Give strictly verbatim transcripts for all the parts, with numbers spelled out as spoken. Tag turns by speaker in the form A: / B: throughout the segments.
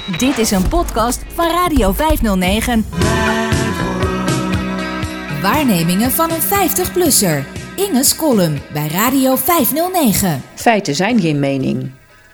A: Dit is een podcast van Radio vijfhonderdnegen. Waarnemingen van een vijftig-plusser. Inge's column bij Radio vijfhonderdnegen.
B: Feiten zijn geen mening.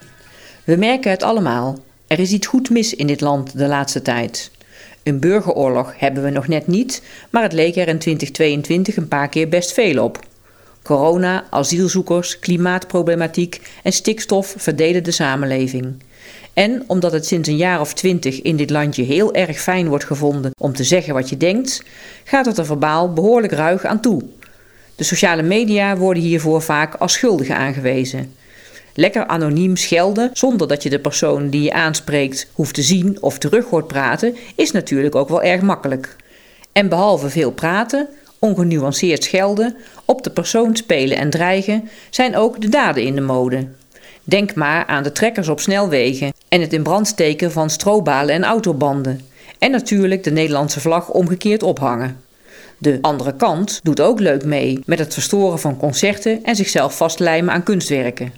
B: We merken het allemaal. Er is iets goed mis in dit land de laatste tijd. Een burgeroorlog hebben we nog net niet, maar het leek er in twintig tweeëntwintig een paar keer best veel op. Corona, asielzoekers, klimaatproblematiek en stikstof verdelen de samenleving. En omdat het sinds een jaar of twintig in dit landje heel erg fijn wordt gevonden om te zeggen wat je denkt, gaat het er verbaal behoorlijk ruig aan toe. De sociale media worden hiervoor vaak als schuldigen aangewezen. Lekker anoniem schelden zonder dat je de persoon die je aanspreekt hoeft te zien of terug hoort praten is natuurlijk ook wel erg makkelijk. En behalve veel praten, ongenuanceerd schelden, op de persoon spelen en dreigen, zijn ook de daden in de mode. Denk maar aan de trekkers op snelwegen en het in brand steken van strobalen en autobanden. En natuurlijk de Nederlandse vlag omgekeerd ophangen. De andere kant doet ook leuk mee met het verstoren van concerten en zichzelf vastlijmen aan kunstwerken.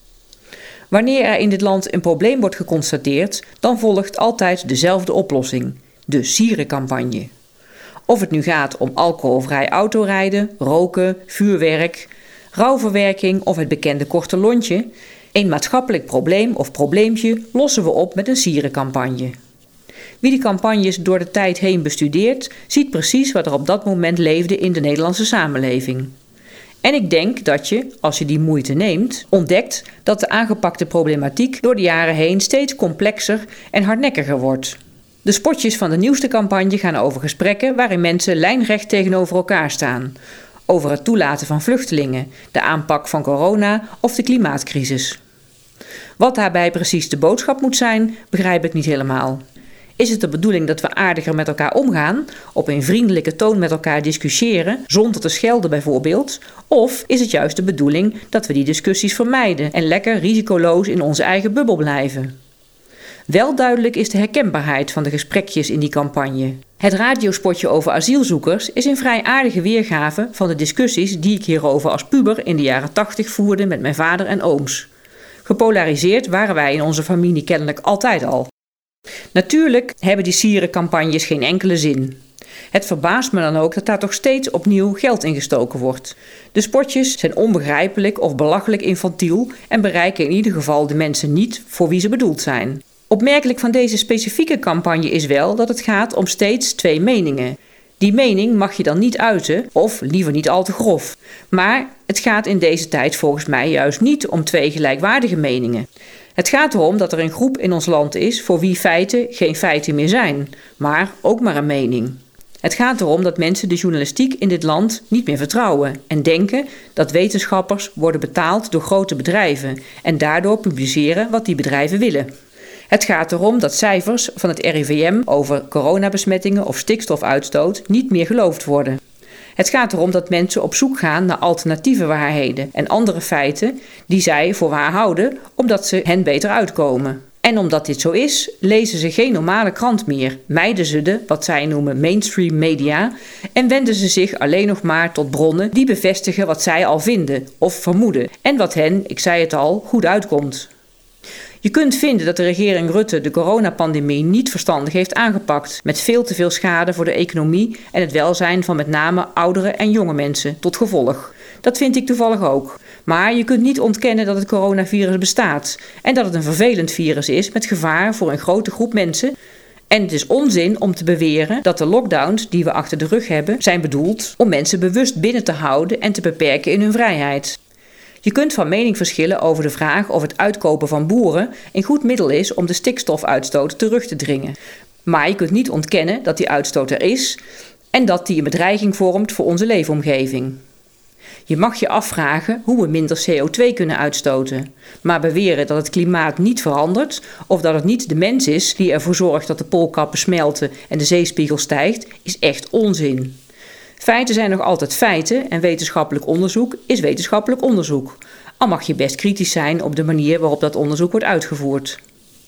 B: Wanneer er in dit land een probleem wordt geconstateerd, dan volgt altijd dezelfde oplossing, de sierencampagne. Of het nu gaat om alcoholvrij autorijden, roken, vuurwerk, rouwverwerking of het bekende korte lontje, een maatschappelijk probleem of probleempje lossen we op met een sierencampagne. Wie die campagnes door de tijd heen bestudeert, ziet precies wat er op dat moment leefde in de Nederlandse samenleving. En ik denk dat je, als je die moeite neemt, ontdekt dat de aangepakte problematiek door de jaren heen steeds complexer en hardnekkiger wordt. De spotjes van de nieuwste campagne gaan over gesprekken waarin mensen lijnrecht tegenover elkaar staan. Over het toelaten van vluchtelingen, de aanpak van corona of de klimaatcrisis. Wat daarbij precies de boodschap moet zijn, begrijp ik niet helemaal. Is het de bedoeling dat we aardiger met elkaar omgaan, op een vriendelijke toon met elkaar discussiëren, zonder te schelden bijvoorbeeld? Of is het juist de bedoeling dat we die discussies vermijden en lekker risicoloos in onze eigen bubbel blijven? Wel duidelijk is de herkenbaarheid van de gesprekjes in die campagne. Het radiospotje over asielzoekers is een vrij aardige weergave van de discussies die ik hierover als puber in de jaren tachtig voerde met mijn vader en ooms. Gepolariseerd waren wij in onze familie kennelijk altijd al. Natuurlijk hebben die sierencampagnes geen enkele zin. Het verbaast me dan ook dat daar toch steeds opnieuw geld in gestoken wordt. De spotjes zijn onbegrijpelijk of belachelijk infantiel en bereiken in ieder geval de mensen niet voor wie ze bedoeld zijn. Opmerkelijk van deze specifieke campagne is wel dat het gaat om steeds twee meningen. Die mening mag je dan niet uiten, of liever niet al te grof. Maar het gaat in deze tijd volgens mij juist niet om twee gelijkwaardige meningen. Het gaat erom dat er een groep in ons land is voor wie feiten geen feiten meer zijn, maar ook maar een mening. Het gaat erom dat mensen de journalistiek in dit land niet meer vertrouwen en denken dat wetenschappers worden betaald door grote bedrijven en daardoor publiceren wat die bedrijven willen. Het gaat erom dat cijfers van het R I V M over coronabesmettingen of stikstofuitstoot niet meer geloofd worden. Het gaat erom dat mensen op zoek gaan naar alternatieve waarheden en andere feiten die zij voor waar houden, omdat ze hen beter uitkomen. En omdat dit zo is, lezen ze geen normale krant meer, mijden ze de, wat zij noemen, mainstream media en wenden ze zich alleen nog maar tot bronnen die bevestigen wat zij al vinden of vermoeden en wat hen, ik zei het al, goed uitkomt. Je kunt vinden dat de regering Rutte de coronapandemie niet verstandig heeft aangepakt, met veel te veel schade voor de economie en het welzijn van met name oudere en jonge mensen tot gevolg. Dat vind ik toevallig ook. Maar je kunt niet ontkennen dat het coronavirus bestaat en dat het een vervelend virus is met gevaar voor een grote groep mensen. En het is onzin om te beweren dat de lockdowns die we achter de rug hebben zijn bedoeld om mensen bewust binnen te houden en te beperken in hun vrijheid. Je kunt van mening verschillen over de vraag of het uitkopen van boeren een goed middel is om de stikstofuitstoot terug te dringen. Maar je kunt niet ontkennen dat die uitstoot er is en dat die een bedreiging vormt voor onze leefomgeving. Je mag je afvragen hoe we minder C O twee kunnen uitstoten. Maar beweren dat het klimaat niet verandert of dat het niet de mens is die ervoor zorgt dat de poolkappen smelten en de zeespiegel stijgt, is echt onzin. Feiten zijn nog altijd feiten en wetenschappelijk onderzoek is wetenschappelijk onderzoek. Al mag je best kritisch zijn op de manier waarop dat onderzoek wordt uitgevoerd.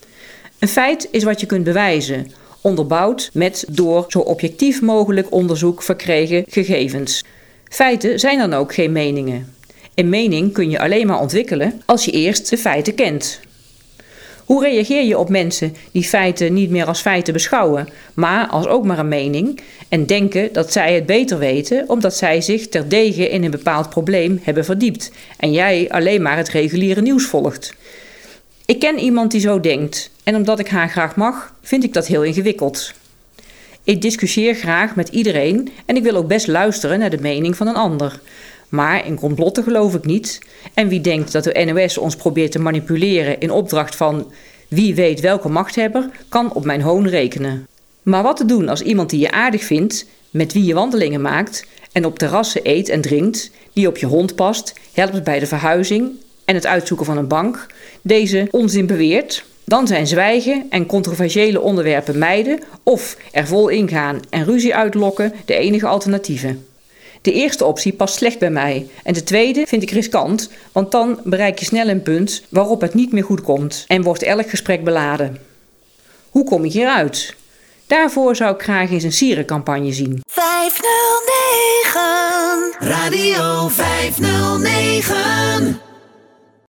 B: Een feit is wat je kunt bewijzen, onderbouwd met door zo objectief mogelijk onderzoek verkregen gegevens. Feiten zijn dan ook geen meningen. Een mening kun je alleen maar ontwikkelen als je eerst de feiten kent. Hoe reageer je op mensen die feiten niet meer als feiten beschouwen, maar als ook maar een mening en denken dat zij het beter weten omdat zij zich terdege in een bepaald probleem hebben verdiept en jij alleen maar het reguliere nieuws volgt? Ik ken iemand die zo denkt en omdat ik haar graag mag, vind ik dat heel ingewikkeld. Ik discussieer graag met iedereen en ik wil ook best luisteren naar de mening van een ander. Maar in complotten geloof ik niet. En wie denkt dat de N O S ons probeert te manipuleren in opdracht van wie weet welke machthebber, kan op mijn hoon rekenen. Maar wat te doen als iemand die je aardig vindt, met wie je wandelingen maakt en op terrassen eet en drinkt, die op je hond past, helpt bij de verhuizing en het uitzoeken van een bank, deze onzin beweert? Dan zijn zwijgen en controversiële onderwerpen mijden of er vol ingaan en ruzie uitlokken de enige alternatieven. De eerste optie past slecht bij mij en de tweede vind ik riskant, want dan bereik je snel een punt waarop het niet meer goed komt en wordt elk gesprek beladen. Hoe kom ik hieruit? Daarvoor zou ik graag eens een sierencampagne zien.
C: vijfhonderdnegen Radio vijfhonderdnegen